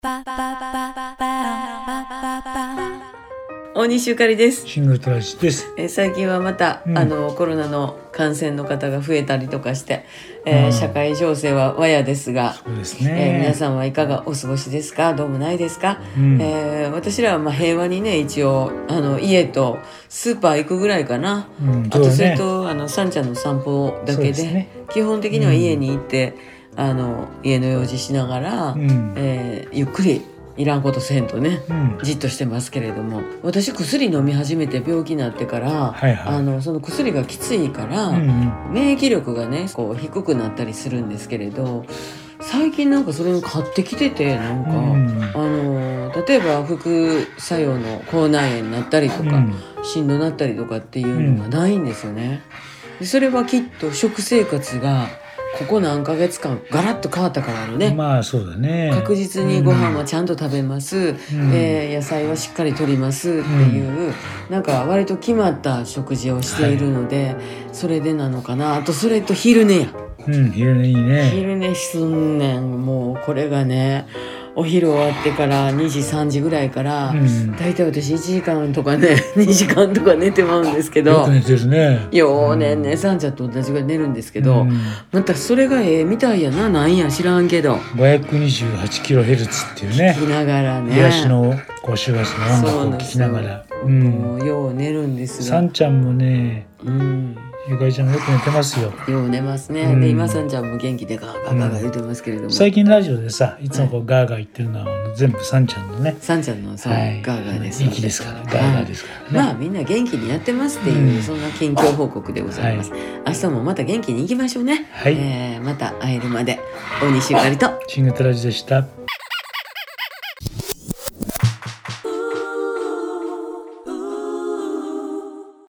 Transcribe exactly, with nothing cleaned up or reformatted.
大西ゆかりです。 シングルトラジです。 えー最近はまた、 うんあのコロナの感染の方が増えたりとかして、えーうん社会情勢は和やですが、 そうですえーね。 皆さんはいかがお過ごしですか？どうもないですか？ うんえー私らはまあ平和にね、一応あの家とスーパー行くぐらいかな、 うんあとそそうだねれとあのさんちゃんの散歩だそうけでですね基本的には家に行って、あの家の用事しながら、 うんえーゆっくりいらんことせんとね、 うんじっとしてますけれども、私薬飲み始めて病気になってから、 はいはいあのその薬がきついから、 うんうん免疫力がねこう低くなったりするんですけれど、最近なんかそれに買ってきてて、なんか、 うんあの例えば副作用の口内炎になったりとか、 うんしんどなったりとかっていうのがないんですよね。でそれはきっと食生活がここ何ヶ月間ガラッと変わったからのね、 まあそうだね。 確実にご飯はちゃんと食べます、 んえー野菜はしっかりとりますっていう、なんか割と決まった食事をしているので、それでなのかな。あとそれと昼寝やうん、昼寝いいね。 昼寝すんねん。もうこれがね、お昼終わってからにじさんじぐらいから、 うんだいたい私いちじかんとかねにじかんとか寝てまうんですけよど、 く寝てるね。 ようねんね、さんちゃんと同じぐらい寝るんですけど、 うんまたそれがええみたいやな。なんや知らんけど、 ごひゃくにじゅうはちキロヘルツ っていうね聞きながらね、 癒しのこう周波数の音楽を聴きながら。うもん。 うよう寝るんですが、 さんちゃんもね、 うん、 ゆかりちゃんもよく寝てますよ。 よう寝ますね、 うんで今さんちゃんも元気でガーガーガーガー言ってますけれども、 最近ラジオでさ、いつもこうガーガー言ってるのはあの全部さんちゃんのね。 さんちゃんのそう、 はい。 ガーガーです元気ですから、ガーガーですからね。 まあみんな元気にやってますっていう、 うんそんな近況報告でございます、明日もまた元気に行きましょうね、 はいえーまた会えるまで大西ゆかりとシングルトラジでした。